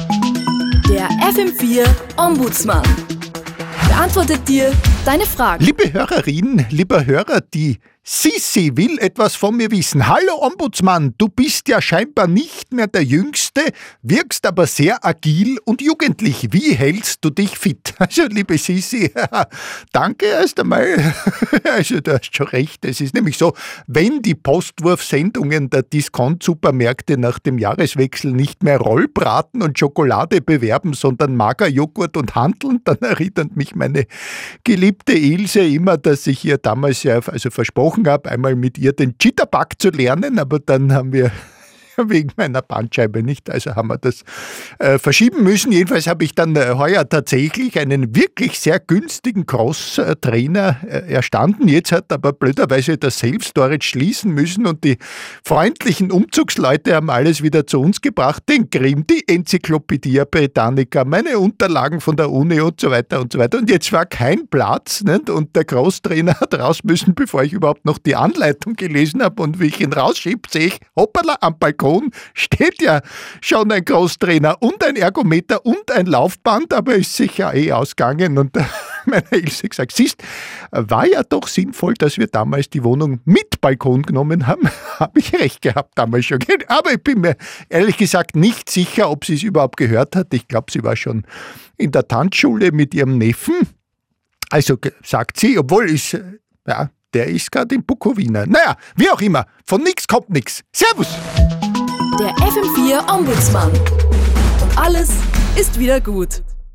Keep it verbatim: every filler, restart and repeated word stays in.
Der F M vier Ombudsmann beantwortet dir deine Fragen. Liebe Hörerin, lieber Hörer, die Sissi will etwas von mir wissen. Hallo Ombudsmann, du bist ja scheinbar nicht mehr der Jüngste, wirkst aber sehr agil und jugendlich. Wie hältst du dich fit? Also liebe Sissi, danke erst einmal. Also du hast schon recht, es ist nämlich so, wenn die Postwurfsendungen der Discount-Supermärkte nach dem Jahreswechsel nicht mehr Rollbraten und Schokolade bewerben, sondern Magerjoghurt und Hanteln, dann erinnert mich meine geliebte Ilse immer, dass ich ihr damals ja also versprochen habe, einmal mit ihr den Jitterbug zu lernen, aber dann haben wir wegen meiner Bandscheibe nicht, also haben wir das äh, verschieben müssen. Jedenfalls habe ich dann äh, heuer tatsächlich einen wirklich sehr günstigen Cross-Trainer äh, erstanden. Jetzt hat aber blöderweise das Self-Storage schließen müssen und die freundlichen Umzugsleute haben alles wieder zu uns gebracht. Den Grimm, die Enzyklopädie Britannica, meine Unterlagen von der Uni und so weiter und so weiter. Und jetzt war kein Platz, nicht? Und der Cross-Trainer hat raus müssen, bevor ich überhaupt noch die Anleitung gelesen habe. Und wie ich ihn rausschiebe, sehe ich, hoppala, am Balkon steht ja schon ein Crosstrainer und ein Ergometer und ein Laufband, aber ist sicher eh ausgegangen. Und meine Ilse gesagt, siehst, war ja doch sinnvoll, dass wir damals die Wohnung mit Balkon genommen haben. Habe ich recht gehabt damals schon. Aber ich bin mir ehrlich gesagt nicht sicher, ob sie es überhaupt gehört hat. Ich glaube, sie war schon in der Tanzschule mit ihrem Neffen. Also sagt sie, obwohl ich, ja, der ist gerade in Bukowina. Naja, wie auch immer, von nix kommt nix. Servus! Der F M vier Ombudsmann. Und alles ist wieder gut.